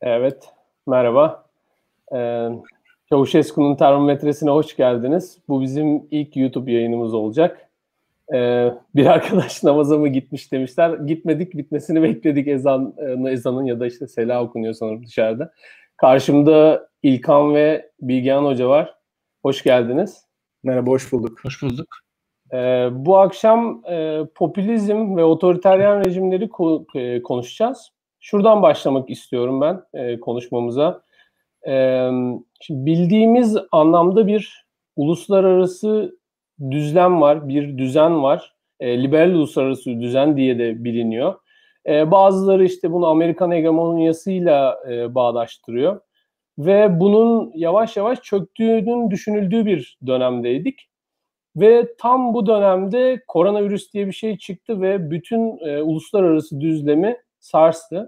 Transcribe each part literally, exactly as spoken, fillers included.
Evet, merhaba. Ee, Çavuşesku'nun termometresine hoş geldiniz. Bu bizim ilk YouTube yayınımız olacak. Ee, bir arkadaş namaza mı gitmiş demişler. Gitmedik, bitmesini bekledik ezan, ezanın ya da işte sela okunuyor sanırım dışarıda. Karşımda İlkan ve Bilgehan Hoca var. Hoş geldiniz. Merhaba, hoş bulduk. Hoş bulduk. Ee, bu akşam e, popülizm ve otoriteryen rejimleri ko- e, konuşacağız. Şuradan başlamak istiyorum ben e, konuşmamıza. E, şimdi bildiğimiz anlamda bir uluslararası düzlem var, bir düzen var. E, liberal uluslararası düzen diye de biliniyor. E, bazıları işte bunu Amerikan hegemonyasıyla e, bağdaştırıyor. Ve bunun yavaş yavaş çöktüğünün düşünüldüğü bir dönemdeydik. Ve tam bu dönemde koronavirüs diye bir şey çıktı ve bütün e, uluslararası düzlemi sarstı.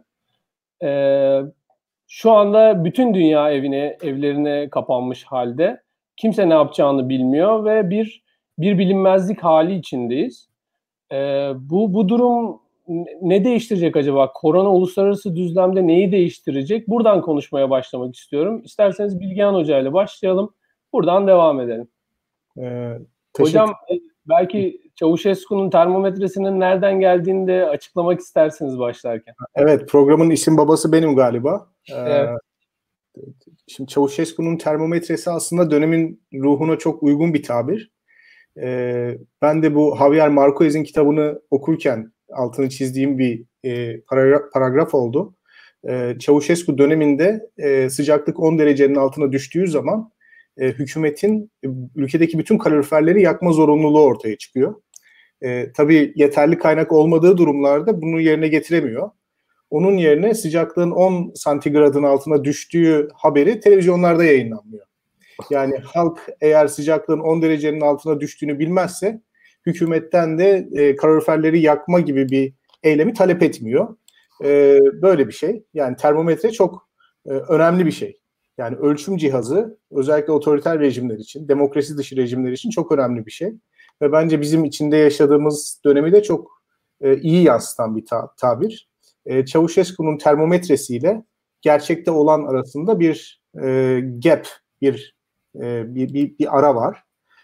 E, şu anda bütün dünya evine, evlerine kapanmış halde. Kimse ne yapacağını bilmiyor ve bir bir bilinmezlik hali içindeyiz. E, bu bu durum ne değiştirecek acaba? Korona uluslararası düzlemde neyi değiştirecek? Buradan konuşmaya başlamak istiyorum. İsterseniz Bilgehan Hoca ile başlayalım. Buradan devam edelim. Ee, Hocam belki Çavuşesku'nun termometresinin nereden geldiğini de açıklamak istersiniz başlarken. Evet, programın isim babası benim galiba. Ee, Evet. Şimdi Çavuşesku'nun termometresi aslında dönemin ruhuna çok uygun bir tabir. Ee, ben de bu Javier Marquez'in kitabını okurken altını çizdiğim bir e, paragraf, paragraf oldu. Ee, Çavuşesku döneminde e, sıcaklık on derecenin altına düştüğü zaman e, hükümetin e, ülkedeki bütün kaloriferleri yakma zorunluluğu ortaya çıkıyor. E, tabii yeterli kaynak olmadığı durumlarda bunu yerine getiremiyor. Onun yerine sıcaklığın on santigradın altına düştüğü haberi televizyonlarda yayınlanmıyor. Yani halk eğer sıcaklığın on derecenin altına düştüğünü bilmezse hükümetten de e, kaloriferleri yakma gibi bir eylemi talep etmiyor. E, böyle bir şey. Yani termometre çok e, önemli bir şey. Yani ölçüm cihazı özellikle otoriter rejimler için, demokrasi dışı rejimler için çok önemli bir şey. Ve bence bizim içinde yaşadığımız dönemi de çok e, iyi yansıtan bir ta- tabir. E, Çavuşesku'nun termometresiyle gerçekte olan arasında bir e, gap, bir, e, bir, bir, bir ara var,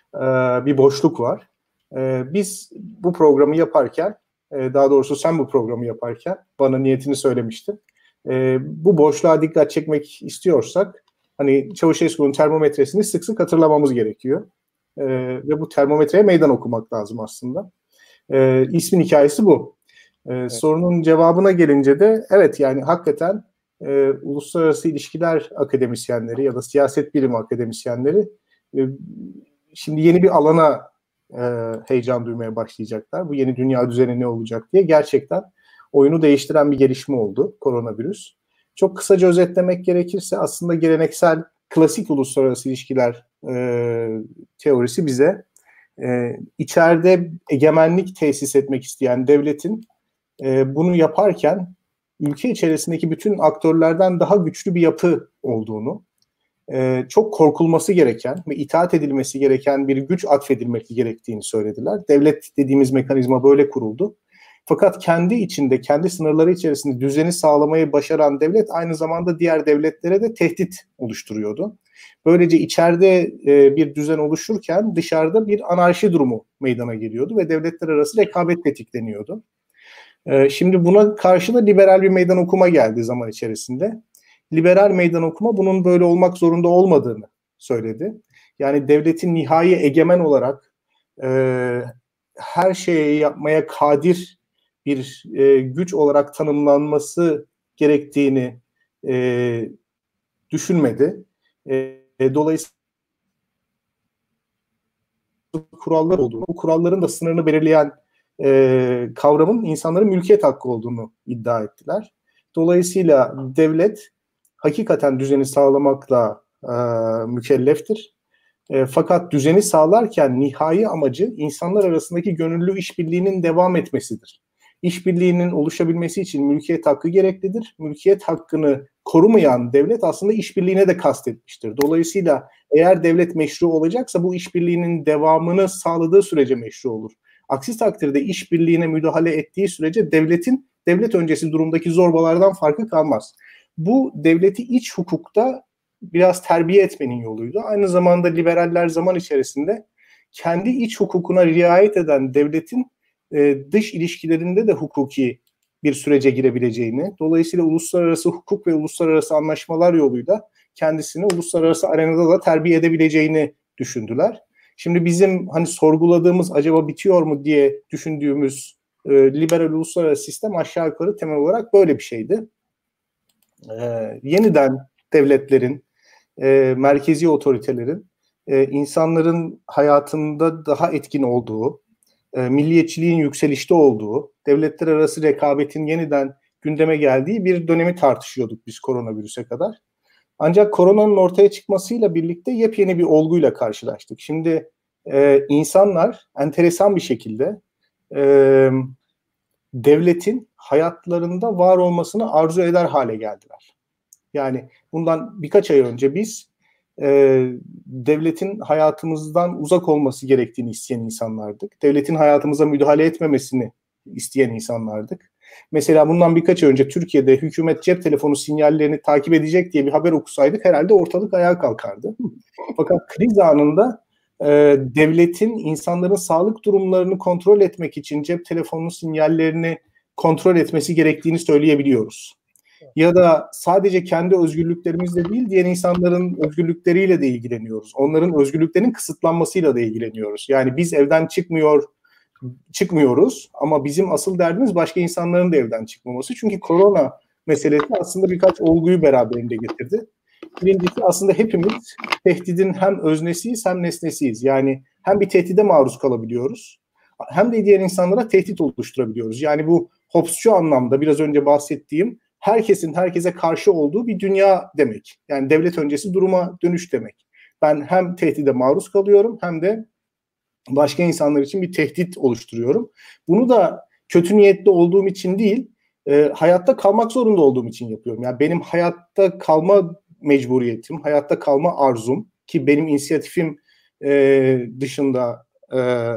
e, bir boşluk var. E, biz bu programı yaparken, e, daha doğrusu sen bu programı yaparken bana niyetini söylemiştin. E, bu boşluğa dikkat çekmek istiyorsak, hani Çavuşesku'nun termometresini sık sık hatırlamamız gerekiyor. E, ve bu termometreye meydan okumak lazım aslında. E, ismin hikayesi bu. E, evet. Sorunun cevabına gelince de evet, yani hakikaten e, uluslararası ilişkiler akademisyenleri ya da siyaset bilimi akademisyenleri e, şimdi yeni bir alana e, heyecan duymaya başlayacaklar. Bu yeni dünya düzeni ne olacak diye. Gerçekten oyunu değiştiren bir gelişme oldu koronavirüs. Çok kısaca özetlemek gerekirse aslında geleneksel klasik uluslararası ilişkiler e, teorisi bize e, içeride egemenlik tesis etmek isteyen devletin e, bunu yaparken ülke içerisindeki bütün aktörlerden daha güçlü bir yapı olduğunu, e, çok korkulması gereken ve itaat edilmesi gereken bir güç atfedilmesi gerektiğini söylediler. Devlet dediğimiz mekanizma böyle kuruldu. Fakat kendi içinde, kendi sınırları içerisinde düzeni sağlamayı başaran devlet aynı zamanda diğer devletlere de tehdit oluşturuyordu. Böylece içeride e, bir düzen oluşurken dışarıda bir anarşi durumu meydana geliyordu ve devletler arası rekabet tetikleniyordu. E, şimdi buna karşı da liberal bir meydan okuma geldi zaman içerisinde. Liberal meydan okuma bunun böyle olmak zorunda olmadığını söyledi. Yani devletin nihai egemen olarak e, her şeyi yapmaya kadir bir e, güç olarak tanımlanması gerektiğini e, düşünmedi. E, dolayısıyla kurallar olduğunu, bu kuralların da sınırını belirleyen e, kavramın insanların mülkiyet hakkı olduğunu iddia ettiler. Dolayısıyla devlet hakikaten düzeni sağlamakla e, mükelleftir. E, fakat düzeni sağlarken nihai amacı insanlar arasındaki gönüllü işbirliğinin devam etmesidir. İşbirliğinin oluşabilmesi için mülkiyet hakkı gereklidir. Mülkiyet hakkını korumayan devlet aslında işbirliğine de kastetmiştir. Dolayısıyla eğer devlet meşru olacaksa bu işbirliğinin devamını sağladığı sürece meşru olur. Aksi takdirde işbirliğine müdahale ettiği sürece devletin devlet öncesi durumdaki zorbalardan farkı kalmaz. Bu devleti iç hukukta biraz terbiye etmenin yoluydu. Aynı zamanda liberaller zaman içerisinde kendi iç hukukuna riayet eden devletin e, dış ilişkilerinde de hukuki bir sürece girebileceğini, dolayısıyla uluslararası hukuk ve uluslararası anlaşmalar yoluyla kendisini uluslararası arenada da terbiye edebileceğini düşündüler. Şimdi bizim hani sorguladığımız, acaba bitiyor mu diye düşündüğümüz e, liberal uluslararası sistem aşağı yukarı temel olarak böyle bir şeydi. E, yeniden devletlerin, e, merkezi otoritelerin e, insanların hayatında daha etkin olduğu, e, milliyetçiliğin yükselişte olduğu, devletler arası rekabetin yeniden gündeme geldiği bir dönemi tartışıyorduk biz koronavirüse kadar. Ancak koronanın ortaya çıkmasıyla birlikte yepyeni bir olguyla karşılaştık. Şimdi e, insanlar enteresan bir şekilde e, devletin hayatlarında var olmasını arzu eder hale geldiler. Yani bundan birkaç ay önce biz e, devletin hayatımızdan uzak olması gerektiğini isteyen insanlardık. Devletin hayatımıza müdahale etmemesini isteyen insanlardık. Mesela bundan birkaç ay önce Türkiye'de hükümet cep telefonu sinyallerini takip edecek diye bir haber okusaydık herhalde ortalık ayağa kalkardı. Fakat kriz anında e, devletin insanların sağlık durumlarını kontrol etmek için cep telefonu sinyallerini kontrol etmesi gerektiğini söyleyebiliyoruz. Ya da sadece kendi özgürlüklerimizle değil, diğer insanların özgürlükleriyle de ilgileniyoruz. Onların özgürlüklerinin kısıtlanmasıyla da ilgileniyoruz. Yani biz evden çıkmıyor, çıkmıyoruz ama bizim asıl derdimiz başka insanların da evden çıkmaması. Çünkü korona meselesi aslında birkaç olguyu beraberinde getirdi. Birincisi, aslında hepimiz tehdidin hem öznesiyiz hem nesnesiyiz. Yani hem bir tehdide maruz kalabiliyoruz hem de diğer insanlara tehdit oluşturabiliyoruz. Yani bu Hobbes'cu anlamda biraz önce bahsettiğim herkesin herkese karşı olduğu bir dünya demek. Yani devlet öncesi duruma dönüş demek. Ben hem tehdide maruz kalıyorum hem de başka insanlar için bir tehdit oluşturuyorum. Bunu da kötü niyetli olduğum için değil, e, hayatta kalmak zorunda olduğum için yapıyorum. Yani benim hayatta kalma mecburiyetim, hayatta kalma arzum, ki benim inisiyatifim e, dışında e,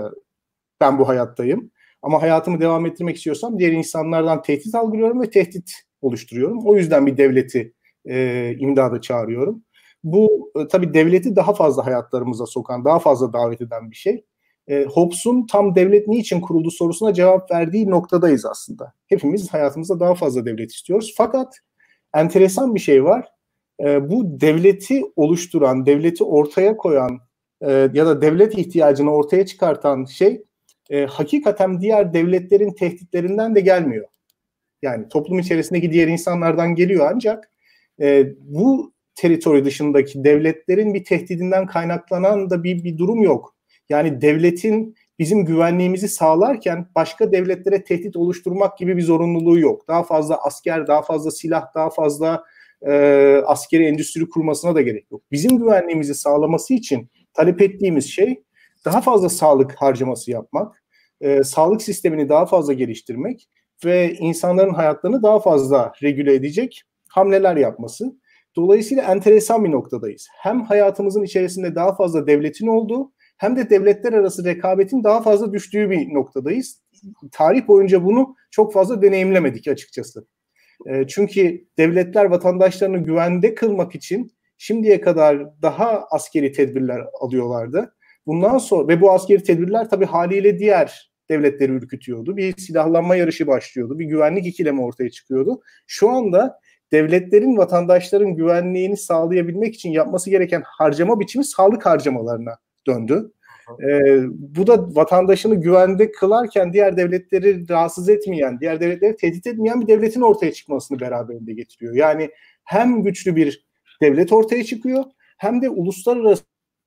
ben bu hayattayım. Ama hayatımı devam ettirmek istiyorsam diğer insanlardan tehdit algılıyorum ve tehdit oluşturuyorum. O yüzden bir devleti e, imdada çağırıyorum. Bu e, tabii devleti daha fazla hayatlarımıza sokan, daha fazla davet eden bir şey. E, Hobbes'un tam devlet niçin kuruldu sorusuna cevap verdiği noktadayız aslında. Hepimiz hayatımızda daha fazla devlet istiyoruz. Fakat enteresan bir şey var. E, bu devleti oluşturan, devleti ortaya koyan e, ya da devlet ihtiyacını ortaya çıkartan şey e, hakikaten diğer devletlerin tehditlerinden de gelmiyor. Yani toplum içerisindeki diğer insanlardan geliyor, ancak e, bu teritori dışındaki devletlerin bir tehdidinden kaynaklanan da bir, bir durum yok. Yani devletin bizim güvenliğimizi sağlarken başka devletlere tehdit oluşturmak gibi bir zorunluluğu yok. Daha fazla asker, daha fazla silah, daha fazla e, askeri endüstri kurmasına da gerek yok. Bizim güvenliğimizi sağlaması için talep ettiğimiz şey daha fazla sağlık harcaması yapmak, e, sağlık sistemini daha fazla geliştirmek ve insanların hayatlarını daha fazla regüle edecek hamleler yapması. Dolayısıyla enteresan bir noktadayız. Hem hayatımızın içerisinde daha fazla devletin olduğu hem de devletler arası rekabetin daha fazla düştüğü bir noktadayız. Tarih boyunca bunu çok fazla deneyimlemedik açıkçası. E, çünkü devletler vatandaşlarını güvende kılmak için şimdiye kadar daha askeri tedbirler alıyorlardı. Bundan sonra ve bu askeri tedbirler tabii haliyle diğer devletleri ürkütüyordu. Bir silahlanma yarışı başlıyordu. Bir güvenlik ikilemi ortaya çıkıyordu. Şu anda devletlerin vatandaşların güvenliğini sağlayabilmek için yapması gereken harcama biçimi sağlık harcamalarına döndü. Ee, bu da vatandaşını güvende kılarken diğer devletleri rahatsız etmeyen, diğer devletleri tehdit etmeyen bir devletin ortaya çıkmasını beraberinde getiriyor. Yani hem güçlü bir devlet ortaya çıkıyor hem de uluslararası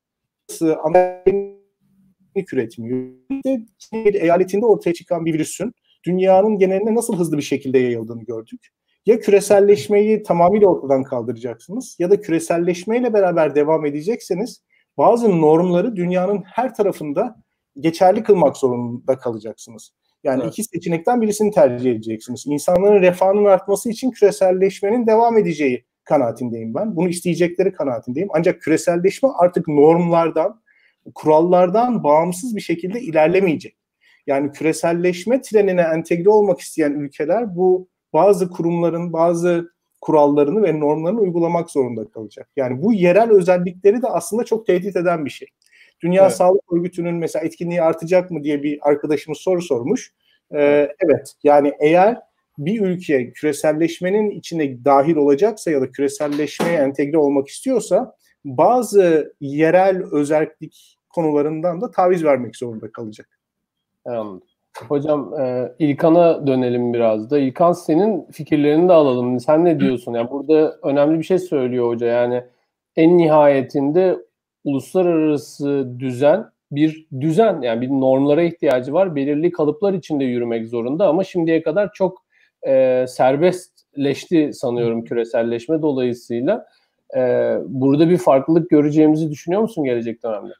anlaşmalar üretmiyor. İşte bir eyaletinde ortaya çıkan bir virüsün dünyanın geneline nasıl hızlı bir şekilde yayıldığını gördük. Ya küreselleşmeyi tamamıyla ortadan kaldıracaksınız ya da küreselleşmeyle beraber devam edecekseniz bazı normları dünyanın her tarafında geçerli kılmak zorunda kalacaksınız. Yani evet. iki seçenekten birisini tercih edeceksiniz. İnsanların refahının artması için küreselleşmenin devam edeceği kanaatindeyim ben. Bunu isteyecekleri kanaatindeyim. Ancak küreselleşme artık normlardan, kurallardan bağımsız bir şekilde ilerlemeyecek. Yani küreselleşme trenine entegre olmak isteyen ülkeler bu bazı kurumların, bazı kurallarını ve normlarını uygulamak zorunda kalacak. Yani bu yerel özellikleri de aslında çok tehdit eden bir şey. Dünya evet. Sağlık Örgütü'nün mesela etkinliği artacak mı diye bir arkadaşımız soru sormuş. Ee, evet, yani eğer bir ülke küreselleşmenin içine dahil olacaksa ya da küreselleşmeye entegre olmak istiyorsa bazı yerel özellik konularından da taviz vermek zorunda kalacak. Anladım. Hocam e, İlkan'a dönelim biraz da. İlkan, senin fikirlerini de alalım. Sen ne diyorsun? Yani burada önemli bir şey söylüyor hoca. Yani en nihayetinde uluslararası düzen bir düzen. Yani bir normlara ihtiyacı var. Belirli kalıplar içinde yürümek zorunda ama şimdiye kadar çok e, serbestleşti sanıyorum küreselleşme dolayısıyla. E, burada bir farklılık göreceğimizi düşünüyor musun gelecek dönemde?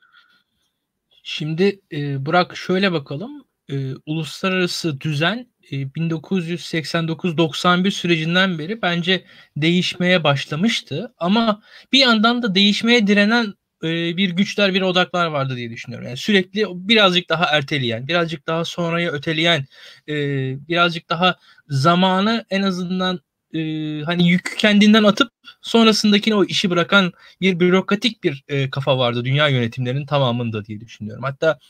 Şimdi e, Burak, şöyle bakalım. E, uluslararası düzen e, bin dokuz yüz seksen dokuz doksan bir sürecinden beri bence değişmeye başlamıştı. Ama bir yandan da değişmeye direnen e, bir güçler, bir odaklar vardı diye düşünüyorum. Yani sürekli birazcık daha erteleyen, birazcık daha sonraya öteleyen, e, birazcık daha zamanı en azından e, hani yükü kendinden atıp sonrasındakine o işi bırakan bir bürokratik bir e, kafa vardı dünya yönetimlerinin tamamında diye düşünüyorum. Hatta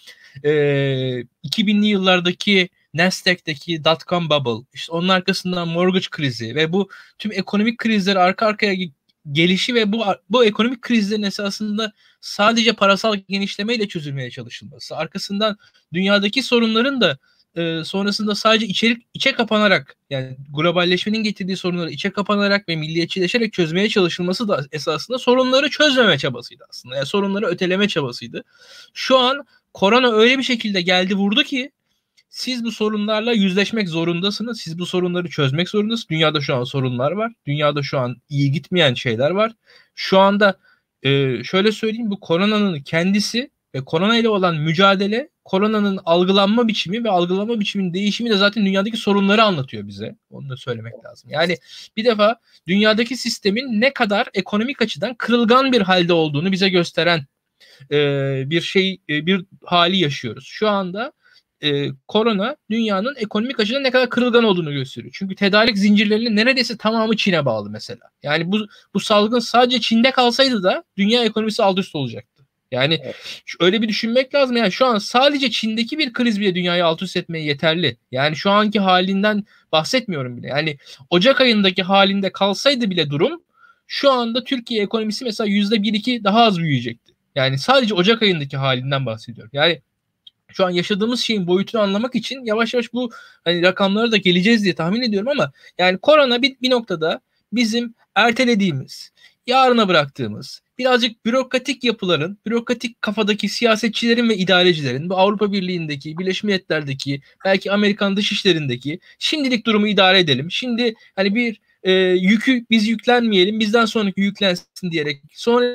e, iki binli yıllardaki Nasdaq'taki dot-com bubble, işte onun arkasından mortgage krizi ve bu tüm ekonomik krizler arka arkaya gelişi ve bu bu ekonomik krizlerin esasında sadece parasal genişlemeyle çözülmeye çalışılması, arkasından dünyadaki sorunların da e, sonrasında sadece içerik içe kapanarak, yani globalleşmenin getirdiği sorunları içe kapanarak ve milliyetçileşerek çözmeye çalışılması da esasında sorunları çözmeme çabasıydı aslında. Yani sorunları öteleme çabasıydı. Şu an korona öyle bir şekilde geldi vurdu ki siz bu sorunlarla yüzleşmek zorundasınız. Siz bu sorunları çözmek zorundasınız. Dünyada şu an sorunlar var. Dünyada şu an iyi gitmeyen şeyler var. Şu anda e, şöyle söyleyeyim, bu koronanın kendisi ve korona ile olan mücadele, koronanın algılanma biçimi ve algılanma biçiminin değişimi de zaten dünyadaki sorunları anlatıyor bize. Onu da söylemek lazım. Yani bir defa dünyadaki sistemin ne kadar ekonomik açıdan kırılgan bir halde olduğunu bize gösteren e, bir şey, e, bir hali yaşıyoruz. Şu anda e, korona dünyanın ekonomik açıdan ne kadar kırılgan olduğunu gösteriyor. Çünkü tedarik zincirlerinin neredeyse tamamı Çin'e bağlı mesela. Yani bu bu salgın sadece Çin'de kalsaydı da dünya ekonomisi alt üst olacaktı. Yani evet. Öyle bir düşünmek lazım. Yani şu an sadece Çin'deki bir kriz bile dünyayı alt üst etmeye yeterli. Yani şu anki halinden bahsetmiyorum bile. Yani Ocak ayındaki halinde kalsaydı bile durum, şu anda Türkiye ekonomisi mesela yüzde bir iki daha az büyüyecekti. Yani sadece Ocak ayındaki halinden bahsediyorum. Yani şu an yaşadığımız şeyin boyutunu anlamak için yavaş yavaş bu hani rakamlara da geleceğiz diye tahmin ediyorum ama yani korona bir, bir noktada bizim ertelediğimiz, yarına bıraktığımız, birazcık bürokratik yapıların, bürokratik kafadaki siyasetçilerin ve idarecilerin, bu Avrupa Birliği'ndeki, Birleşmiş Milletler'deki, belki Amerikan dışişlerindeki şimdilik durumu idare edelim. Şimdi hani bir e, yükü biz yüklenmeyelim, bizden sonraki yüklensin diyerek sonra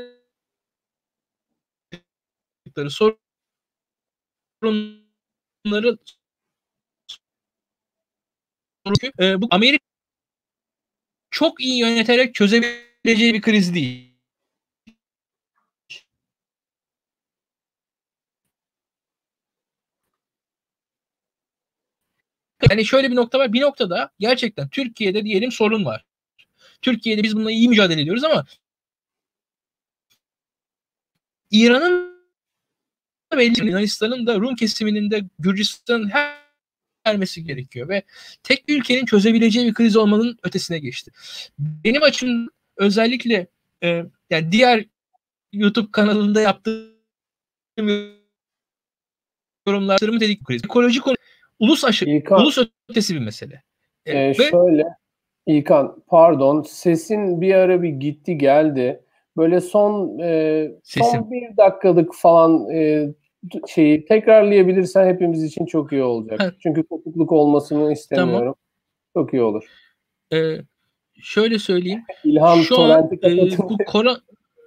sorunları e, bu Amerika çok iyi yöneterek çözebileceği bir kriz değil. Yani şöyle bir nokta var. Bir noktada gerçekten Türkiye'de diyelim sorun var. Türkiye'de biz bununla iyi mücadele ediyoruz ama İran'ın da belli, Yunanistan'ın da, Rum kesiminin de, Gürcistan'ın her vermesi gerekiyor ve tek bir ülkenin çözebileceği bir kriz olmanın ötesine geçti. Benim açımdan özellikle e, yani diğer YouTube kanalında yaptığım yorumlarımı dedik kriz. Ekolojik ulus aşı, İlkan, ulus ötesi bir mesele. E, e, ve şöyle İlkan, pardon, sesin bir ara bir gitti geldi. Böyle son e, son bir dakikalık falan e, şeyi tekrarlayabilirsen hepimiz için çok iyi olacak. Ha. Çünkü kopukluk olmasını istemiyorum. Tamam. Çok iyi olur. Ee, şöyle söyleyeyim. İlhan şu an e, bu korona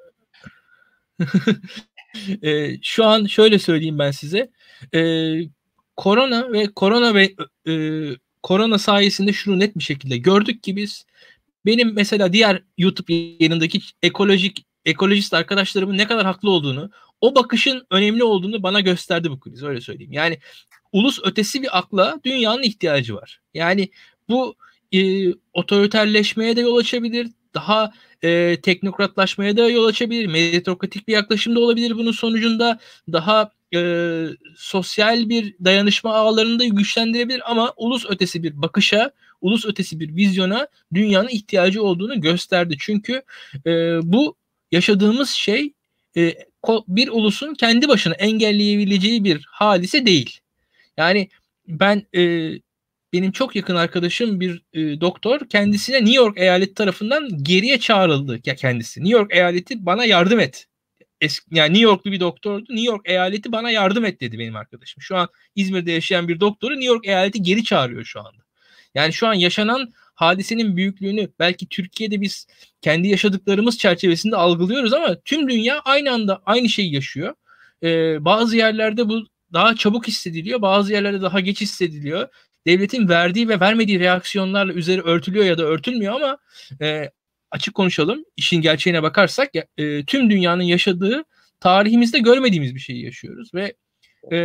e, şu an şöyle söyleyeyim ben size. E, korona ve korona ve e, korona sayesinde şunu net bir şekilde gördük ki biz, benim mesela diğer YouTube yayınındaki ekolojik ekolojist arkadaşlarımın ne kadar haklı olduğunu, o bakışın önemli olduğunu bana gösterdi bu kriz, öyle söyleyeyim. Yani ulus ötesi bir akla dünyanın ihtiyacı var. Yani bu e, otoriterleşmeye de yol açabilir. Daha e, teknokratlaşmaya da yol açabilir. Meritokratik bir yaklaşım da olabilir bunun sonucunda. Daha e, sosyal bir dayanışma ağlarını da güçlendirebilir ama ulus ötesi bir bakışa, ulus ötesi bir vizyona dünyanın ihtiyacı olduğunu gösterdi. Çünkü e, bu yaşadığımız şey e, bir ulusun kendi başına engelleyebileceği bir hadise değil. Yani ben e, benim çok yakın arkadaşım bir e, doktor, kendisine New York eyaleti tarafından geriye çağrıldı ya kendisi. New York eyaleti bana yardım et. Eski, yani New Yorklu bir doktordu. New York eyaleti bana yardım et dedi benim arkadaşım. Şu an İzmir'de yaşayan bir doktoru New York eyaleti geri çağırıyor şu anda. Yani şu an yaşanan hadisenin büyüklüğünü belki Türkiye'de biz kendi yaşadıklarımız çerçevesinde algılıyoruz ama tüm dünya aynı anda aynı şeyi yaşıyor. Ee, bazı yerlerde bu daha çabuk hissediliyor, bazı yerlerde daha geç hissediliyor. Devletin verdiği ve vermediği reaksiyonlarla üzeri örtülüyor ya da örtülmüyor ama e, açık konuşalım, işin gerçeğine bakarsak e, tüm dünyanın yaşadığı, tarihimizde görmediğimiz bir şeyi yaşıyoruz ve e,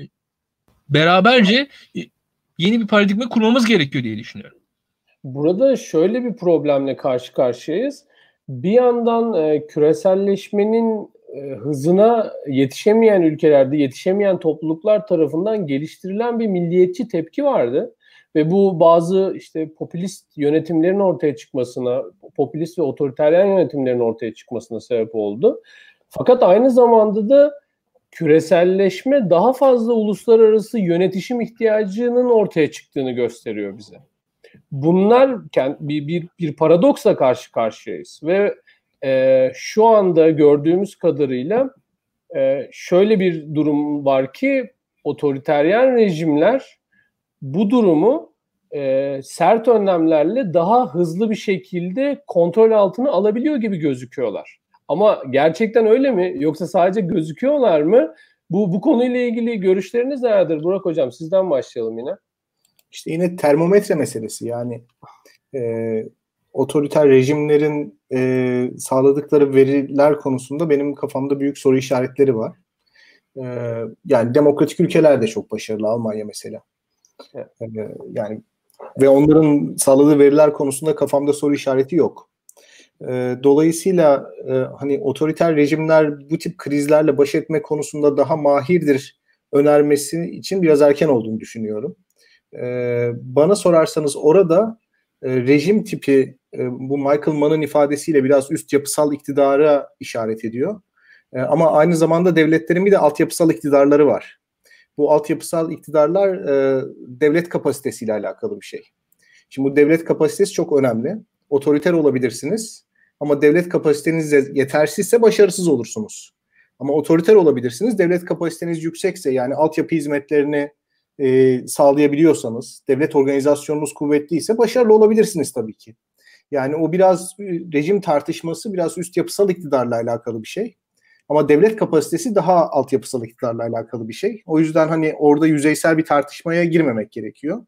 beraberce e, yeni bir paradigma kurmamız gerekiyor diye düşünüyorum. Burada şöyle bir problemle karşı karşıyayız. Bir yandan e, küreselleşmenin e, hızına yetişemeyen ülkelerde, yetişemeyen topluluklar tarafından geliştirilen bir milliyetçi tepki vardı. Ve bu bazı işte popülist yönetimlerin ortaya çıkmasına, popülist ve otoriteryen yönetimlerin ortaya çıkmasına sebep oldu. Fakat aynı zamanda da küreselleşme daha fazla uluslararası yönetişim ihtiyacının ortaya çıktığını gösteriyor bize. Bunlar bir, bir, bir paradoksla karşı karşıyayız ve e, şu anda gördüğümüz kadarıyla e, şöyle bir durum var ki otoriteryen rejimler bu durumu e, sert önlemlerle daha hızlı bir şekilde kontrol altına alabiliyor gibi gözüküyorlar. Ama gerçekten öyle mi? Yoksa sadece gözüküyorlar mı? Bu, bu konuyla ilgili görüşleriniz nelerdir? Burak Hocam, sizden başlayalım yine. İşte yine termometre meselesi, yani e, otoriter rejimlerin e, sağladıkları veriler konusunda benim kafamda büyük soru işaretleri var. E, yani demokratik ülkeler de çok başarılı, Almanya mesela. Evet. E, yani ve onların sağladığı veriler konusunda kafamda soru işareti yok. E, dolayısıyla e, hani otoriter rejimler bu tip krizlerle baş etme konusunda daha mahirdir önermesi için biraz erken olduğunu düşünüyorum. Ee, bana sorarsanız orada e, rejim tipi e, bu Michael Mann'ın ifadesiyle biraz üst yapısal iktidara işaret ediyor. E, ama aynı zamanda devletlerin bir de altyapısal iktidarları var. Bu altyapısal iktidarlar e, devlet kapasitesiyle alakalı bir şey. Şimdi bu devlet kapasitesi çok önemli. Otoriter olabilirsiniz ama devlet kapasiteniz yetersizse başarısız olursunuz. Ama otoriter olabilirsiniz, devlet kapasiteniz yüksekse, yani altyapı hizmetlerini E, sağlayabiliyorsanız, devlet organizasyonunuz kuvvetliyse başarılı olabilirsiniz tabii ki. Yani o biraz rejim tartışması biraz üst yapısal iktidarla alakalı bir şey. Ama devlet kapasitesi daha altyapısal iktidarla alakalı bir şey. O yüzden hani orada yüzeysel bir tartışmaya girmemek gerekiyor.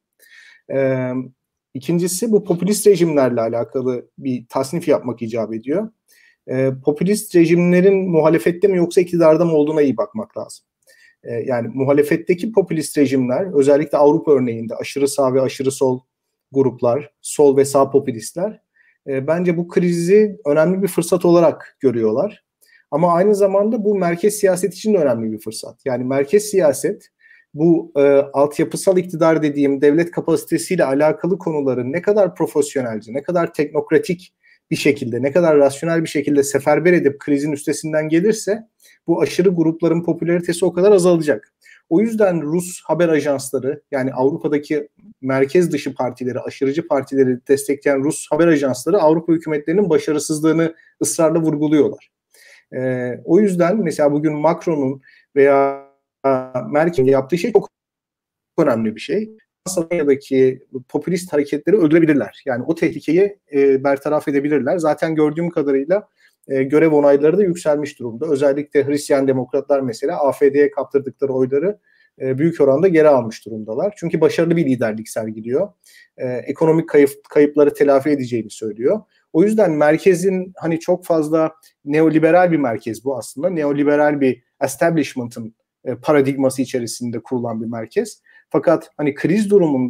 Ee, ikincisi bu popülist rejimlerle alakalı bir tasnif yapmak icap ediyor. Ee, popülist rejimlerin muhalefette mi yoksa iktidarda mı olduğuna iyi bakmak lazım. Yani muhalefetteki popülist rejimler, özellikle Avrupa örneğinde aşırı sağ ve aşırı sol gruplar, sol ve sağ popülistler e, bence bu krizi önemli bir fırsat olarak görüyorlar. Ama aynı zamanda bu merkez siyaset için de önemli bir fırsat. Yani merkez siyaset bu e, altyapısal iktidar dediğim devlet kapasitesiyle alakalı konuların ne kadar profesyonelce, ne kadar teknokratik bir şekilde, ne kadar rasyonel bir şekilde seferber edip krizin üstesinden gelirse bu aşırı grupların popülaritesi o kadar azalacak. O yüzden Rus haber ajansları, yani Avrupa'daki merkez dışı partileri, aşırıcı partileri destekleyen Rus haber ajansları Avrupa hükümetlerinin başarısızlığını ısrarla vurguluyorlar. Ee, o yüzden mesela bugün Macron'un veya Merkel'in yaptığı şey çok önemli bir şey. Fransa'daki popülist hareketleri öldürebilirler. Yani o tehlikeyi e, bertaraf edebilirler. Zaten gördüğüm kadarıyla e, görev onayları da yükselmiş durumda. Özellikle Hristiyan demokratlar mesela A F D'ye kaptırdıkları oyları e, büyük oranda geri almış durumdalar. Çünkü başarılı bir liderlik sergiliyor. E, ekonomik kayıp, kayıpları telafi edeceğini söylüyor. O yüzden merkezin hani çok fazla neoliberal bir merkez bu aslında. Neoliberal bir establishment'ın e, paradigması içerisinde kurulan bir merkez. Fakat hani kriz durumunda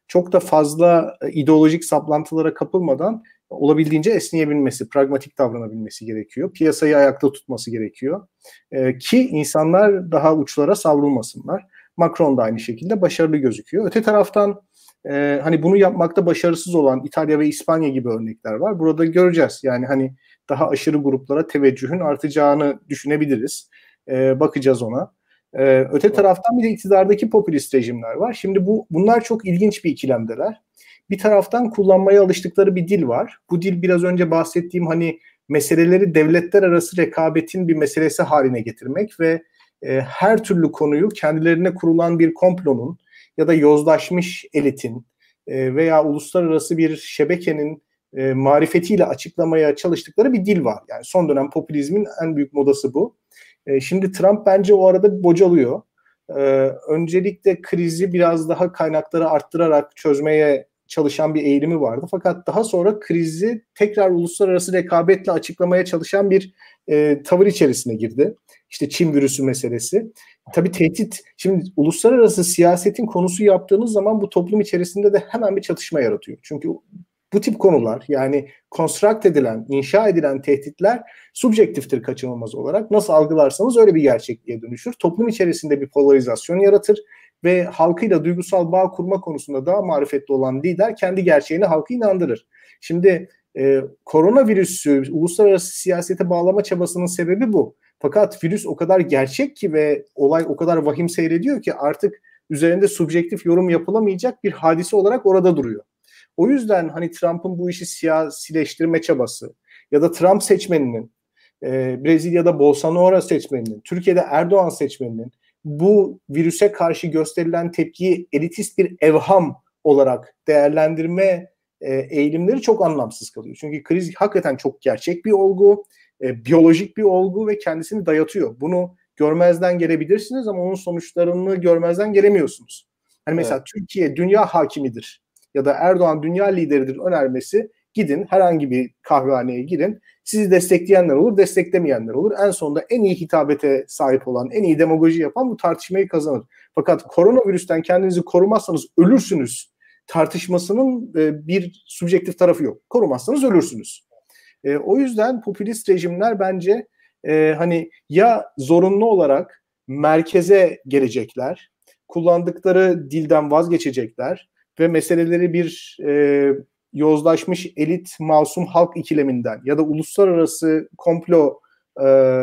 çok da fazla ideolojik saplantılara kapılmadan olabildiğince esneyebilmesi, pragmatik davranabilmesi gerekiyor. Piyasayı ayakta tutması gerekiyor. E, ki insanlar daha uçlara savrulmasınlar. Macron da aynı şekilde başarılı gözüküyor. Öte taraftan e, hani bunu yapmakta başarısız olan İtalya ve İspanya gibi örnekler var. Burada göreceğiz. Yani hani daha aşırı gruplara teveccühün artacağını düşünebiliriz. E, bakacağız ona. E, öte taraftan bir de iktidardaki popülist rejimler var. Şimdi bu bunlar çok ilginç bir ikilemdeler. Bir taraftan kullanmaya alıştıkları bir dil var. Bu dil biraz önce bahsettiğim hani meseleleri devletler arası rekabetin bir meselesi haline getirmek ve e, her türlü konuyu kendilerine kurulan bir komplonun ya da yozlaşmış elitin e, veya uluslararası bir şebekenin e, marifetiyle açıklamaya çalıştıkları bir dil var. Yani son dönem popülizmin en büyük modası bu. E, şimdi Trump bence o arada bocalıyor. E, öncelikle krizi biraz daha kaynakları arttırarak çözmeye çalışan bir eğilimi vardı. Fakat daha sonra krizi tekrar uluslararası rekabetle açıklamaya çalışan bir e, tavır içerisine girdi. İşte Çin virüsü meselesi. Tabii tehdit, şimdi uluslararası siyasetin konusu yaptığınız zaman bu toplum içerisinde de hemen bir çatışma yaratıyor. Çünkü bu tip konular, yani construct edilen, inşa edilen tehditler subjektiftir kaçınılmaz olarak. Nasıl algılarsanız öyle bir gerçekliğe dönüşür. Toplum içerisinde bir polarizasyon yaratır ve halkıyla duygusal bağ kurma konusunda daha marifetli olan lider kendi gerçeğini halkı inandırır. Şimdi e, koronavirüsü uluslararası siyasete bağlama çabasının sebebi bu. Fakat virüs o kadar gerçek ki ve olay o kadar vahim seyrediyor ki artık üzerinde subjektif yorum yapılamayacak bir hadise olarak orada duruyor. O yüzden hani Trump'ın bu işi siyasileştirme çabası ya da Trump seçmeninin, e, Brezilya'da Bolsonaro seçmeninin, Türkiye'de Erdoğan seçmeninin bu virüse karşı gösterilen tepkiyi elitist bir evham olarak değerlendirme e, eğilimleri çok anlamsız kalıyor. Çünkü kriz hakikaten çok gerçek bir olgu, e, biyolojik bir olgu ve kendisini dayatıyor. Bunu görmezden gelebilirsiniz ama onun sonuçlarını görmezden gelemiyorsunuz. Hani mesela evet. Türkiye dünya hakimidir ya da Erdoğan dünya lideridir önermesi, gidin herhangi bir kahvehaneye girin. Sizi destekleyenler olur, desteklemeyenler olur. En sonunda en iyi hitabete sahip olan, en iyi demagoji yapan bu tartışmayı kazanır. Fakat koronavirüsten kendinizi korumazsanız ölürsünüz tartışmasının e, bir subjektif tarafı yok. Korumazsanız ölürsünüz. E, o yüzden popülist rejimler bence e, hani ya zorunlu olarak merkeze gelecekler, kullandıkları dilden vazgeçecekler ve meseleleri bir e, yozlaşmış elit masum halk ikileminden ya da uluslararası komplo e,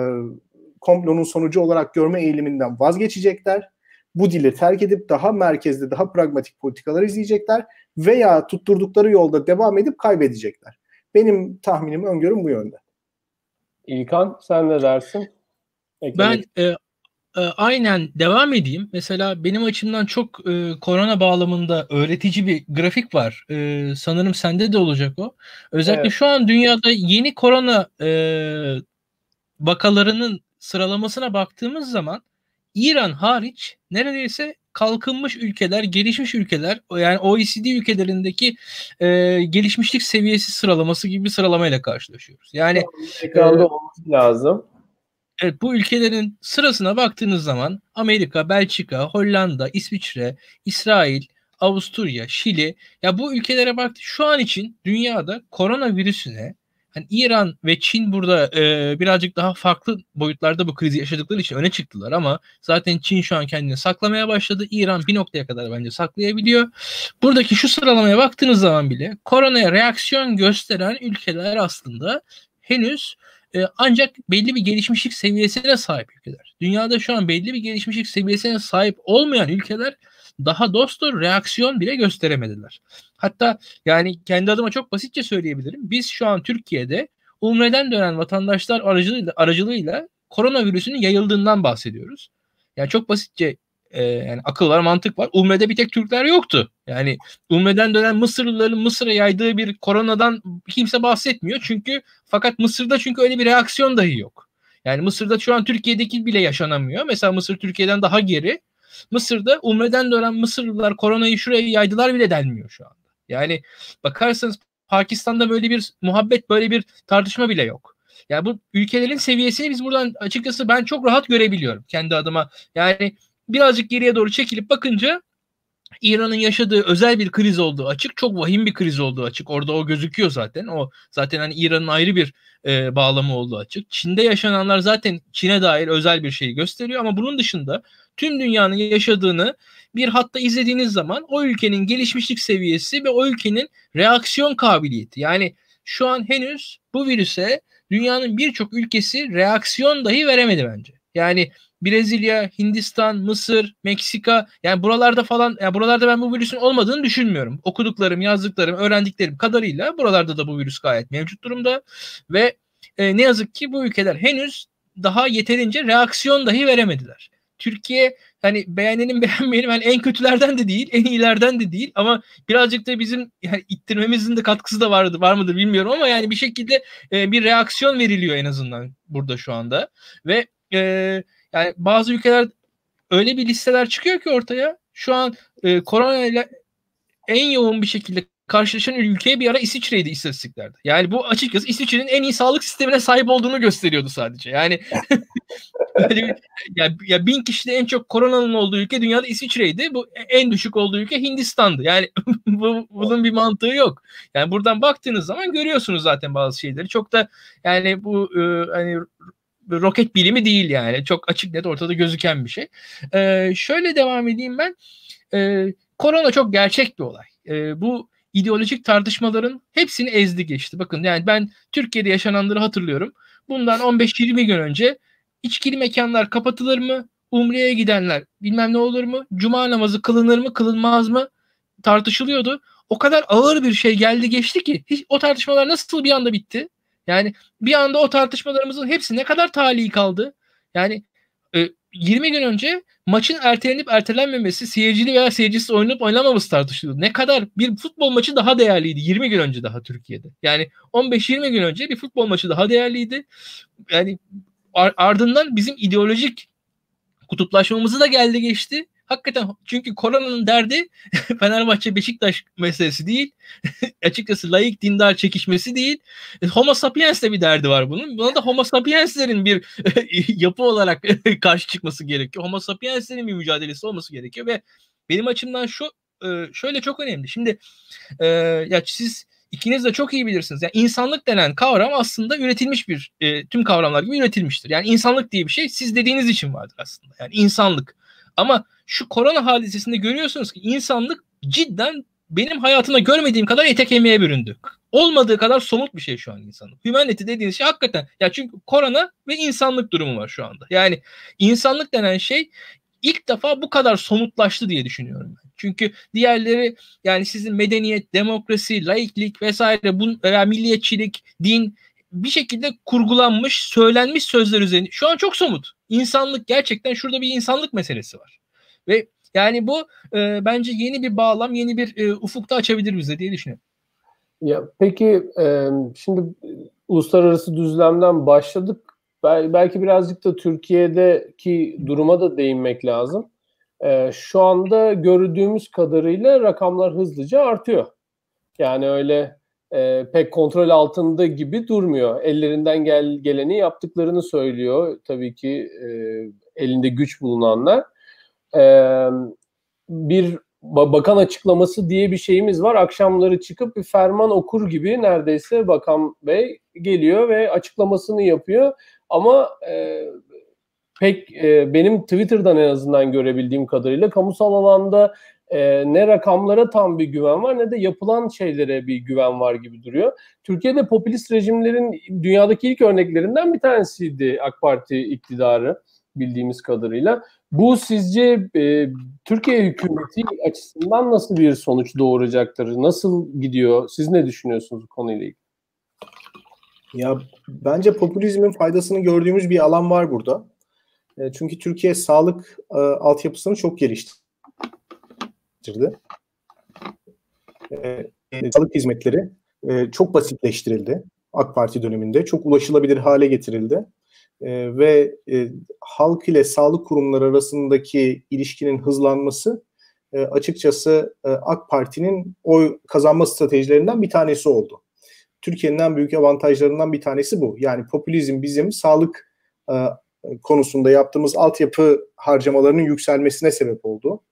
komplonun sonucu olarak görme eğiliminden vazgeçecekler. Bu dili terk edip daha merkezde, daha pragmatik politikalar izleyecekler veya tutturdukları yolda devam edip kaybedecekler. Benim tahminim, öngörüm bu yönde. İlkan, sen ne dersin? Eklemek. Ben e, e, aynen devam edeyim. Mesela benim açımdan çok e, korona bağlamında öğretici bir grafik var. E, sanırım sende de olacak o. Özellikle evet. Şu an dünyada yeni korona e, vakalarının sıralamasına baktığımız zaman İran hariç neredeyse kalkınmış ülkeler, gelişmiş ülkeler, yani O E C D ülkelerindeki e, gelişmişlik seviyesi sıralaması gibi bir sıralamayla karşılaşıyoruz. Yani ekranda e, olması lazım. Evet, bu ülkelerin sırasına baktığınız zaman Amerika, Belçika, Hollanda, İsviçre, İsrail, Avusturya, Şili, ya bu ülkelere baktı şu an için dünyada koronavirüsüne, hani İran ve Çin burada e, birazcık daha farklı boyutlarda bu krizi yaşadıkları için öne çıktılar ama zaten Çin şu an kendini saklamaya başladı. İran bir noktaya kadar bence saklayabiliyor. Buradaki şu sıralamaya baktığınız zaman bile koronaya reaksiyon gösteren ülkeler aslında henüz e, ancak belli bir gelişmişlik seviyesine sahip ülkeler. Dünyada şu an belli bir gelişmişlik seviyesine sahip olmayan ülkeler daha dostur reaksiyon bile gösteremediler. Hatta yani kendi adıma çok basitçe söyleyebilirim. Biz şu an Türkiye'de Umre'den dönen vatandaşlar aracılığıyla, aracılığıyla koronavirüsünün yayıldığından bahsediyoruz. Yani çok basitçe e, yani akıl var, mantık var. Umre'de bir tek Türkler yoktu. Yani Umre'den dönen Mısırlıların Mısır'a yaydığı bir koronadan kimse bahsetmiyor. Çünkü fakat Mısır'da çünkü öyle bir reaksiyon dahi yok. Yani Mısır'da şu an Türkiye'deki bile yaşanamıyor. Mesela Mısır Türkiye'den daha geri. Mısır'da Umre'den dönen Mısırlılar koronayı şuraya yaydılar bile denmiyor şu anda. Yani bakarsanız Pakistan'da böyle bir muhabbet, böyle bir tartışma bile yok. Yani bu ülkelerin seviyesini biz buradan açıkçası ben çok rahat görebiliyorum kendi adıma. Yani birazcık geriye doğru çekilip bakınca İran'ın yaşadığı özel bir kriz olduğu açık. Çok vahim bir kriz olduğu açık. Orada o gözüküyor zaten. O zaten hani İran'ın ayrı bir e, bağlamı olduğu açık. Çin'de yaşananlar zaten Çin'e dair özel bir şeyi gösteriyor ama bunun dışında tüm dünyanın yaşadığını bir hatta izlediğiniz zaman o ülkenin gelişmişlik seviyesi ve o ülkenin reaksiyon kabiliyeti. Yani şu an henüz bu virüse dünyanın birçok ülkesi reaksiyon dahi veremedi bence. Yani Brezilya, Hindistan, Mısır, Meksika, yani buralarda falan, yani buralarda ben bu virüsün olmadığını düşünmüyorum. Okuduklarım, yazdıklarım, öğrendiklerim kadarıyla buralarda da bu virüs gayet mevcut durumda ve e, ne yazık ki bu ülkeler henüz daha yeterince reaksiyon dahi veremediler. Türkiye hani beğenelim beğenmeyelim yani en kötülerden de değil, en iyilerden de değil ama birazcık da bizim yani ittirmemizin de katkısı da vardı, var mıdır bilmiyorum ama yani bir şekilde e, bir reaksiyon veriliyor en azından burada şu anda ve e, yani bazı ülkeler öyle bir listeler çıkıyor ki ortaya. Şu an e, korona ile en yoğun bir şekilde karşılaşan ülke bir ara İsviçre'ydi istatistiklerde. Yani bu açıkçası İsviçre'nin en iyi sağlık sistemine sahip olduğunu gösteriyordu sadece. Yani öyle, ya, ya bin kişide en çok koronanın olduğu ülke dünyada İsviçre'ydi. Bu en düşük olduğu ülke Hindistan'dı. Yani bu, bunun bir mantığı yok. Yani buradan baktığınız zaman görüyorsunuz zaten bazı şeyleri. Çok da yani bu e, hani roket bilimi değil yani. Çok açık net ortada gözüken bir şey. Ee, şöyle devam edeyim ben. Ee, korona çok gerçek bir olay. Ee, bu ideolojik tartışmaların hepsini ezdi geçti. Bakın yani ben Türkiye'de yaşananları hatırlıyorum. Bundan on beş yirmi gün önce içkili mekanlar kapatılır mı? Umre'ye gidenler bilmem ne olur mu? Cuma namazı kılınır mı kılınmaz mı? Tartışılıyordu. O kadar ağır bir şey geldi geçti ki hiç, o tartışmalar nasıl bir anda bitti? Yani bir anda o tartışmalarımızın hepsi ne kadar tali kaldı? Yani e, yirmi gün önce maçın ertelenip ertelenmemesi, seyircili veya seyircisiz oynanıp oynanmaması tartışılıyordu. Ne kadar bir futbol maçı daha değerliydi yirmi gün önce daha Türkiye'de. Yani on beş yirmi gün önce bir futbol maçı daha değerliydi. Yani ardından bizim ideolojik kutuplaşmamızı da geldi geçti. Hakikaten çünkü koronanın derdi Fenerbahçe Beşiktaş meselesi değil. Açıkçası laik dindar çekişmesi değil. Homo sapiens de bir derdi var bunun. Buna da Homo sapienslerin bir yapı olarak karşı çıkması gerekiyor. Homo sapienslerin bir mücadelesi olması gerekiyor ve benim açımdan şu şöyle çok önemli. Şimdi ya siz İkiniz de çok iyi bilirsiniz. Yani insanlık denen kavram aslında üretilmiş bir e, tüm kavramlar gibi üretilmiştir. Yani insanlık diye bir şey siz dediğiniz için vardır aslında. Yani insanlık. Ama şu korona hadisesinde görüyorsunuz ki insanlık cidden benim hayatımda görmediğim kadar ete kemiğe büründü. Olmadığı kadar somut bir şey şu an insanlık. Humanity dediğiniz şey hakikaten ya çünkü korona ve insanlık durumu var şu anda. Yani insanlık denen şey ilk defa bu kadar somutlaştı diye düşünüyorum ben. Çünkü diğerleri yani sizin medeniyet, demokrasi, laiklik vesaire bu veya milliyetçilik, din bir şekilde kurgulanmış, söylenmiş sözler üzerine. Şu an çok somut. İnsanlık gerçekten şurada bir insanlık meselesi var. Ve yani bu e, bence yeni bir bağlam, yeni bir e, ufukta açabilir bize diye düşünüyorum. Ya peki e, şimdi uluslararası düzlemden başladık. Belki birazcık da Türkiye'deki duruma da değinmek lazım. Ee, şu anda gördüğümüz kadarıyla rakamlar hızlıca artıyor. Yani öyle e, pek kontrol altında gibi durmuyor. Ellerinden gel, geleni yaptıklarını söylüyor. Tabii ki e, elinde güç bulunanlar. E, bir bakan açıklaması diye bir şeyimiz var. Akşamları çıkıp bir ferman okur gibi neredeyse bakan bey geliyor ve açıklamasını yapıyor. Ama e, pek e, benim Twitter'dan en azından görebildiğim kadarıyla kamusal alanda e, ne rakamlara tam bir güven var ne de yapılan şeylere bir güven var gibi duruyor. Türkiye'de popülist rejimlerin dünyadaki ilk örneklerinden bir tanesiydi AK Parti iktidarı bildiğimiz kadarıyla. Bu sizce e, Türkiye hükümeti açısından nasıl bir sonuç doğuracaktır? Nasıl gidiyor? Siz ne düşünüyorsunuz bu konuyla ilgili? Ya bence popülizmin faydasını gördüğümüz bir alan var burada. E, çünkü Türkiye sağlık e, altyapısını çok geliştirdi. E, e, sağlık hizmetleri e, çok basitleştirildi. AK Parti döneminde çok ulaşılabilir hale getirildi. E, ve e, halk ile sağlık kurumları arasındaki ilişkinin hızlanması e, açıkçası e, AK Parti'nin oy kazanma stratejilerinden bir tanesi oldu. Türkiye'nin en büyük avantajlarından bir tanesi bu. Yani popülizm bizim sağlık e, konusunda yaptığımız altyapı harcamalarının yükselmesine sebep oldu.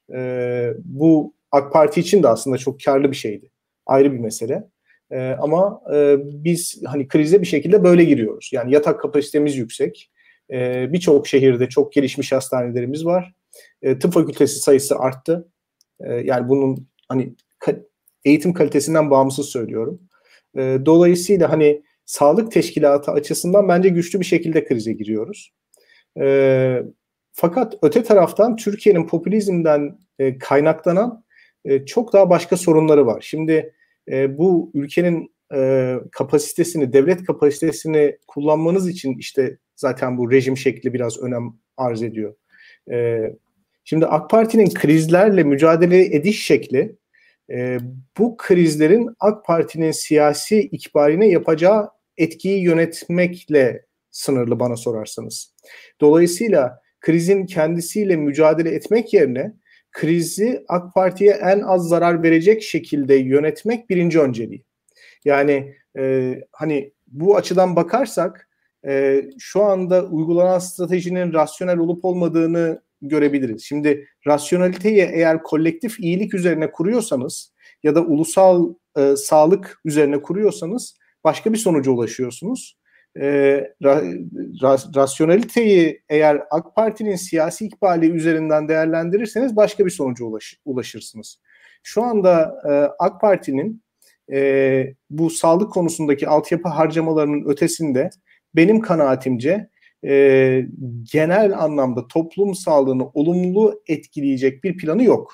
E, bu AK Parti için de aslında çok karlı bir şeydi. Ayrı bir mesele. E, ama e, biz hani krize bir şekilde böyle giriyoruz. Yani yatak kapasitemiz yüksek. E, Birçok şehirde çok gelişmiş hastanelerimiz var. E, tıp fakültesi sayısı arttı. E, yani bunun hani ka- eğitim kalitesinden bağımsız söylüyorum. E, dolayısıyla hani sağlık teşkilatı açısından bence güçlü bir şekilde krize giriyoruz. E, fakat öte taraftan Türkiye'nin popülizmden e, kaynaklanan e, çok daha başka sorunları var. Şimdi e, bu ülkenin e, kapasitesini, devlet kapasitesini kullanmanız için işte zaten bu rejim şekli biraz önem arz ediyor. E, şimdi AK Parti'nin krizlerle mücadele ediş şekli e, bu krizlerin AK Parti'nin siyasi ikbaline yapacağı etkiyi yönetmekle sınırlı bana sorarsanız. Dolayısıyla krizin kendisiyle mücadele etmek yerine krizi AK Parti'ye en az zarar verecek şekilde yönetmek birinci önceliği. Yani e, hani bu açıdan bakarsak e, şu anda uygulanan stratejinin rasyonel olup olmadığını görebiliriz. Şimdi rasyoneliteyi eğer kolektif iyilik üzerine kuruyorsanız ya da ulusal e, sağlık üzerine kuruyorsanız başka bir sonuca ulaşıyorsunuz. E, ra, ra, rasyoneliteyi eğer AK Parti'nin siyasi ikbali üzerinden değerlendirirseniz başka bir sonuca ulaş, ulaşırsınız. Şu anda e, AK Parti'nin e, bu sağlık konusundaki altyapı harcamalarının ötesinde benim kanaatimce e, genel anlamda toplum sağlığını olumlu etkileyecek bir planı yok.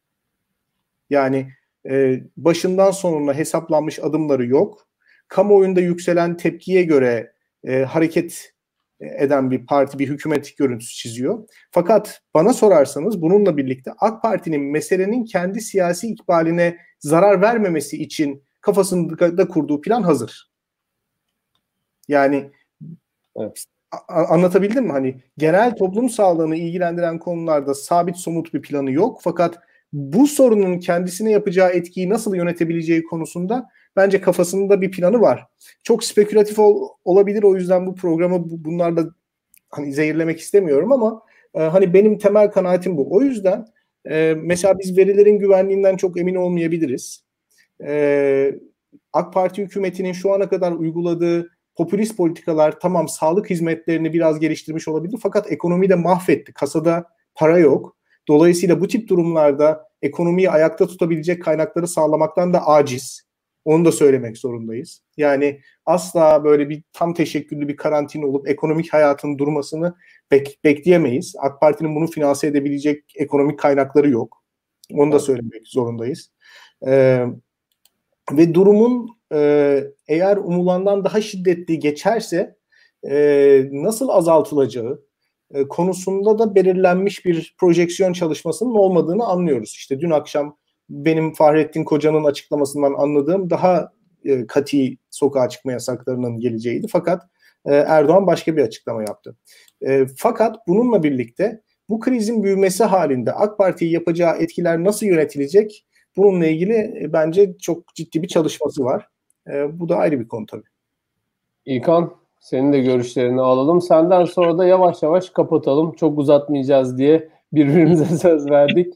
Yani e, başından sonuna hesaplanmış adımları yok. Kamuoyunda yükselen tepkiye göre e, hareket eden bir parti, bir hükümet görüntüsü çiziyor. Fakat bana sorarsanız bununla birlikte AK Parti'nin meselenin kendi siyasi ikbaline zarar vermemesi için kafasında kurduğu plan hazır. Yani evet. a- anlatabildim mi? Hani genel toplum sağlığını ilgilendiren konularda sabit somut bir planı yok. Fakat bu sorunun kendisine yapacağı etkiyi nasıl yönetebileceği konusunda bence kafasında bir planı var. Çok spekülatif ol, olabilir, o yüzden bu programı bu, bunlarla hani zehirlemek istemiyorum ama e, hani benim temel kanaatim bu. O yüzden e, mesela biz verilerin güvenliğinden çok emin olmayabiliriz. E, AK Parti hükümetinin şu ana kadar uyguladığı popülist politikalar tamam sağlık hizmetlerini biraz geliştirmiş olabilir fakat ekonomiyi de mahvetti. Kasada para yok. Dolayısıyla bu tip durumlarda ekonomiyi ayakta tutabilecek kaynakları sağlamaktan da aciz. Onu da söylemek zorundayız. Yani asla böyle bir tam teşekküllü bir karantina olup ekonomik hayatın durmasını bek- bekleyemeyiz. AK Parti'nin bunu finanse edebilecek ekonomik kaynakları yok. Onu da söylemek zorundayız. Ee, ve durumun e, eğer umulandan daha şiddetli geçerse e, nasıl azaltılacağı e, konusunda da belirlenmiş bir projeksiyon çalışmasının olmadığını anlıyoruz. İşte dün akşam benim Fahrettin Koca'nın açıklamasından anladığım daha e, kati sokağa çıkma yasaklarının geleceğiydi. Fakat e, Erdoğan başka bir açıklama yaptı. E, fakat bununla birlikte bu krizin büyümesi halinde AK Parti'yi yapacağı etkiler nasıl yönetilecek? Bununla ilgili e, bence çok ciddi bir çalışması var. E, bu da ayrı bir konu tabii. İlkan, senin de görüşlerini alalım. Senden sonra da yavaş yavaş kapatalım. Çok uzatmayacağız diye birbirimize söz verdik.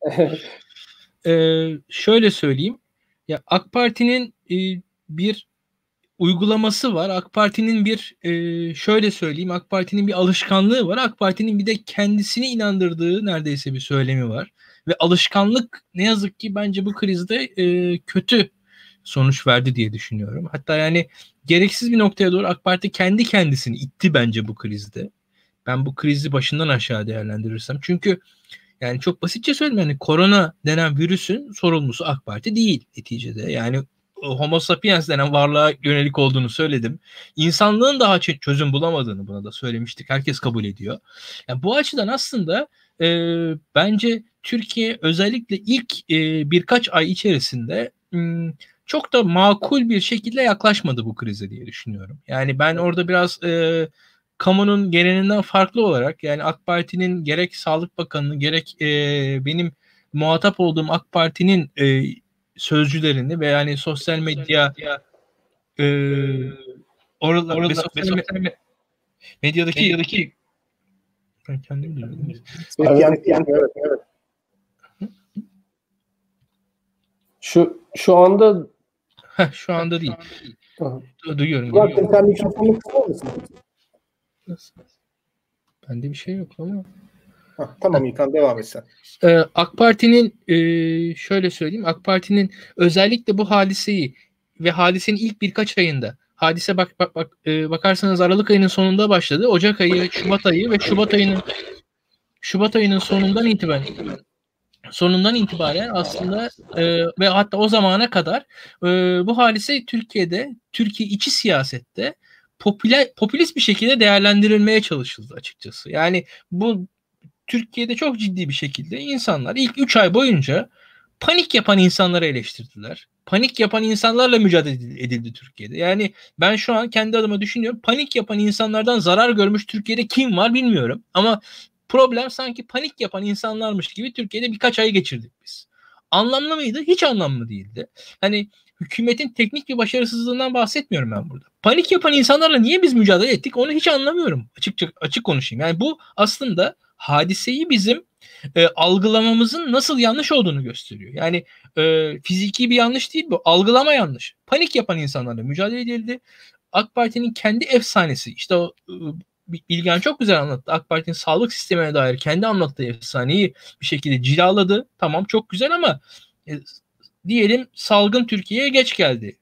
Ee, şöyle söyleyeyim. Ya AK Parti'nin e, bir uygulaması var. AK Parti'nin bir e, şöyle söyleyeyim. AK Parti'nin bir alışkanlığı var. AK Parti'nin bir de kendisini inandırdığı neredeyse bir söylemi var. Ve alışkanlık ne yazık ki bence bu krizde e, kötü sonuç verdi diye düşünüyorum. Hatta yani gereksiz bir noktaya doğru AK Parti kendi kendisini itti bence bu krizde. Ben bu krizi başından aşağı değerlendirirsem. Çünkü yani çok basitçe söyleyeyim, yani korona denen virüsün sorumlusu AK Parti değil neticede. Yani Homo sapiens denen varlığa yönelik olduğunu söyledim. İnsanlığın daha çözüm bulamadığını buna da söylemiştik. Herkes kabul ediyor. Yani bu açıdan aslında e, bence Türkiye özellikle ilk e, birkaç ay içerisinde m, çok da makul bir şekilde yaklaşmadı bu krize diye düşünüyorum. Yani ben orada biraz e, kamunun genelinden farklı olarak, yani AK Parti'nin gerek Sağlık Bakanı'nın gerek e, benim muhatap olduğum AK Parti'nin e, sözcülerini ve yani sosyal medya e, orada, orada ve sosyal me- medyadaki, medyadaki ben kendim duyuyorum. Evet, yani, yani, evet, evet. Şu şu anda Heh, şu anda değil. Aha. Duyuyorum. Burak, sen mikrofonu kısar mısın? Bende bir şey yok ama. Heh, tamam İlkan, devam et sen. Ee, AK Parti'nin e, şöyle söyleyeyim, AK Parti'nin özellikle bu hadiseyi ve hadisenin ilk birkaç ayında, hadise bak bak bak e, bakarsanız Aralık ayının sonunda başladı. Ocak ayı, Şubat ayı ve Şubat ayının Şubat ayının sonundan itibaren sonundan itibaren aslında e, ve hatta o zamana kadar e, bu hadise Türkiye'de, Türkiye içi siyasette popüler popülist bir şekilde değerlendirilmeye çalışıldı açıkçası. Yani bu Türkiye'de çok ciddi bir şekilde insanlar ilk üç ay boyunca panik yapan insanları eleştirdiler. Panik yapan insanlarla mücadele edildi Türkiye'de. Yani ben şu an kendi adıma düşünüyorum. Panik yapan insanlardan zarar görmüş Türkiye'de kim var bilmiyorum. Ama problem sanki panik yapan insanlarmış gibi Türkiye'de birkaç ay geçirdik biz. Anlamlı mıydı? Hiç anlamlı değildi. Hani hükümetin teknik bir başarısızlığından bahsetmiyorum ben burada. Panik yapan insanlarla niye biz mücadele ettik onu hiç anlamıyorum. Açıkça açık konuşayım. Yani bu aslında hadiseyi bizim e, algılamamızın nasıl yanlış olduğunu gösteriyor. Yani e, fiziki bir yanlış değil bu. Algılama yanlış. Panik yapan insanlarla mücadele edildi. AK Parti'nin kendi efsanesi, işte o e, Bilgen çok güzel anlattı. AK Parti'nin sağlık sistemine dair kendi anlattığı efsaneyi bir şekilde cilaladı. Tamam, çok güzel ama e, diyelim salgın Türkiye'ye geç geldi.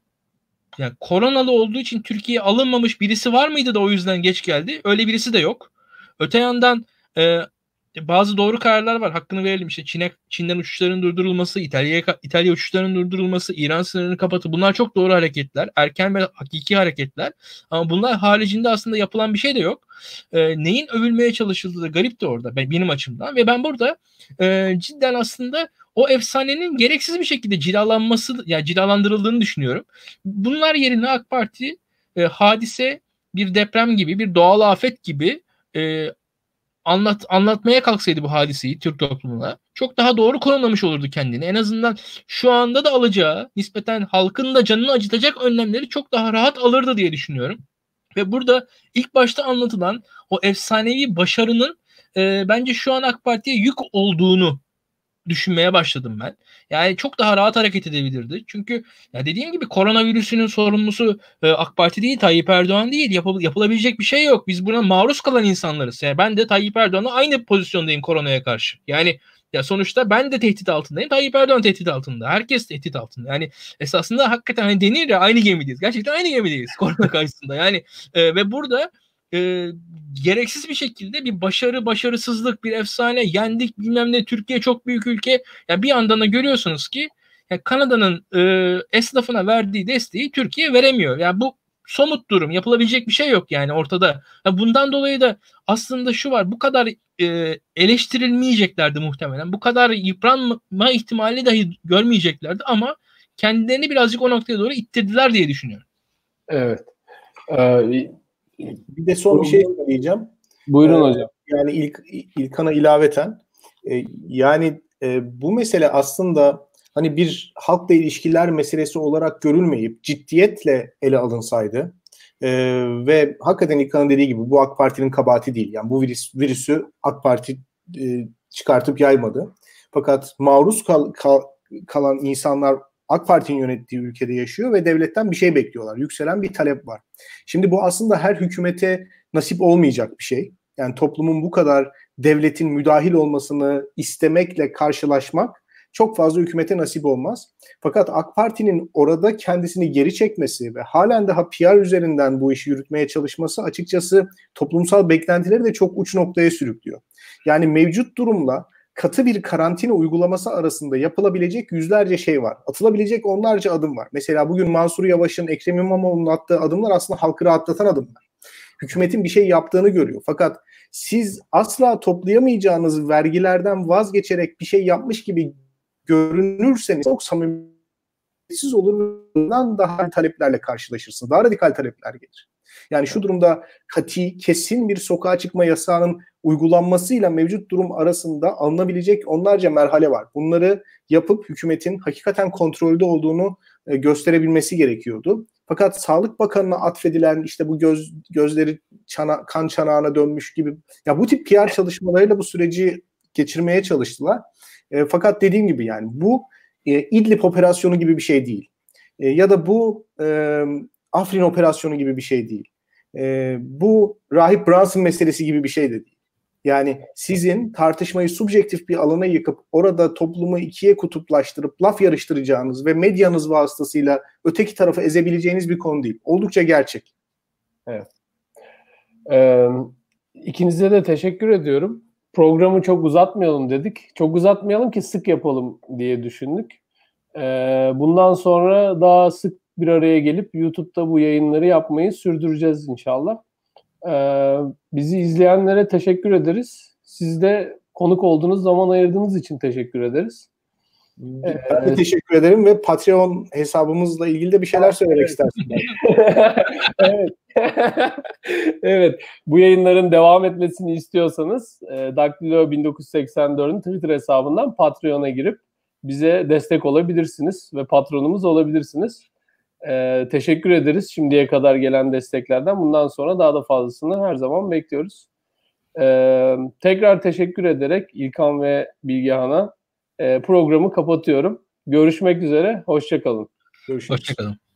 Yani koronalı olduğu için Türkiye'ye alınmamış birisi var mıydı da o yüzden geç geldi? Öyle birisi de yok. Öte yandan e, bazı doğru kararlar var. Hakkını verelim. İşte Çin'e, Çin'den uçuşların durdurulması, İtalya'ya İtalya uçuşlarının durdurulması, İran sınırını kapatı. Bunlar çok doğru hareketler. Erken ve hakiki hareketler. Ama bunlar haricinde aslında yapılan bir şey de yok. E, neyin övülmeye çalışıldığı da garip de orada benim açımdan. Ve ben burada e, cidden aslında o efsanenin gereksiz bir şekilde cilalanması, yani cilalandırıldığını düşünüyorum. Bunlar yerine AK Parti e, hadise bir deprem gibi, bir doğal afet gibi e, anlat anlatmaya kalksaydı bu hadiseyi Türk toplumuna çok daha doğru konumlamış olurdu kendini. En azından şu anda da alacağı, nispeten halkın da canını acıtacak önlemleri çok daha rahat alırdı diye düşünüyorum. Ve burada ilk başta anlatılan o efsanevi başarının e, bence şu an AK Parti'ye yük olduğunu düşünmeye başladım ben. Yani çok daha rahat hareket edebilirdi. Çünkü ya dediğim gibi koronavirüsünün sorumlusu e, AK Parti değil, Tayyip Erdoğan değil. Yapıl- yapılabilecek bir şey yok. Biz buna maruz kalan insanlarız. Yani ben de Tayyip Erdoğan'la aynı pozisyondayım koronaya karşı. Yani ya sonuçta ben de tehdit altındayım. Tayyip Erdoğan tehdit altında. Herkes tehdit altında. Yani esasında hakikaten hani denir ya, aynı gemideyiz. Gerçekten aynı gemideyiz korona karşısında. Yani e, ve burada e, gereksiz bir şekilde bir başarı, başarısızlık, bir efsane, yendik bilmem ne, Türkiye çok büyük ülke. Yani bir yandan da görüyorsunuz ki yani Kanada'nın e, esnafına verdiği desteği Türkiye veremiyor. Yani bu somut durum, yapılabilecek bir şey yok yani ortada. Yani bundan dolayı da aslında şu var, bu kadar e, eleştirilmeyeceklerdi muhtemelen. Bu kadar yıpranma ihtimali dahi görmeyeceklerdi ama kendilerini birazcık o noktaya doğru ittirdiler diye düşünüyorum. Evet. Ee, Bir de son bir şey söyleyeceğim. Buyurun ee, hocam. Yani ilk İlkan'a ilaveten e, yani e, bu mesele aslında hani bir halkla ilişkiler meselesi olarak görülmeyip ciddiyetle ele alınsaydı e, ve hakikaten İlkan'ın dediği gibi bu AK Parti'nin kabahati değil. Yani bu virüs, virüsü AK Parti e, çıkartıp yaymadı. Fakat maruz kal, kal, kalan insanlar AK Parti'nin yönettiği ülkede yaşıyor ve devletten bir şey bekliyorlar. Yükselen bir talep var. Şimdi bu aslında her hükümete nasip olmayacak bir şey. Yani toplumun bu kadar devletin müdahil olmasını istemekle karşılaşmak çok fazla hükümete nasip olmaz. Fakat AK Parti'nin orada kendisini geri çekmesi ve halen daha P R üzerinden bu işi yürütmeye çalışması açıkçası toplumsal beklentileri de çok uç noktaya sürüklüyor. Yani mevcut durumla katı bir karantina uygulaması arasında yapılabilecek yüzlerce şey var. Atılabilecek onlarca adım var. Mesela bugün Mansur Yavaş'ın, Ekrem İmamoğlu'nun attığı adımlar aslında halkı rahatlatan adımlar. Hükümetin bir şey yaptığını görüyor. Fakat siz asla toplayamayacağınız vergilerden vazgeçerek bir şey yapmış gibi görünürseniz çok samimiyetsiz olurdan daha taleplerle karşılaşırsınız. Daha radikal talepler gelir. Yani şu durumda kati, kesin bir sokağa çıkma yasağının uygulanmasıyla mevcut durum arasında alınabilecek onlarca merhale var. Bunları yapıp hükümetin hakikaten kontrolde olduğunu e, gösterebilmesi gerekiyordu. Fakat Sağlık Bakanı'na atfedilen işte bu göz gözleri çana, kan çanağına dönmüş gibi ya bu tip P R çalışmalarıyla bu süreci geçirmeye çalıştılar. E, fakat dediğim gibi yani bu e, İdlib operasyonu gibi bir şey değil. E, ya da bu e, Afrin operasyonu gibi bir şey değil. E, bu Rahip Brunson meselesi gibi bir şey de değil. Yani sizin tartışmayı subjektif bir alana yıkıp orada toplumu ikiye kutuplaştırıp laf yarıştıracağınız ve medyanız vasıtasıyla öteki tarafı ezebileceğiniz bir konu değil. Oldukça gerçek. Evet. Ee, ikinize de teşekkür ediyorum. Programı çok uzatmayalım dedik. Çok uzatmayalım ki sık yapalım diye düşündük. Ee, bundan sonra daha sık bir araya gelip YouTube'da bu yayınları yapmayı sürdüreceğiz inşallah. Ee, bizi izleyenlere teşekkür ederiz. Siz de konuk olduğunuz, zaman ayırdığınız için teşekkür ederiz. Ben de teşekkür ederim ve Patreon hesabımızla ilgili de bir şeyler söylemek istersin. Evet. Evet. Bu yayınların devam etmesini istiyorsanız e, Daktilo bin dokuz yüz seksen dört'ün Twitter hesabından Patreon'a girip bize destek olabilirsiniz ve patronumuz olabilirsiniz. E, teşekkür ederiz şimdiye kadar gelen desteklerden. Bundan sonra daha da fazlasını her zaman bekliyoruz. E, tekrar teşekkür ederek İlkan ve Bilgehan'a e, programı kapatıyorum. Görüşmek üzere. Hoşça kalın. Görüşürüz. Hoşça kalın.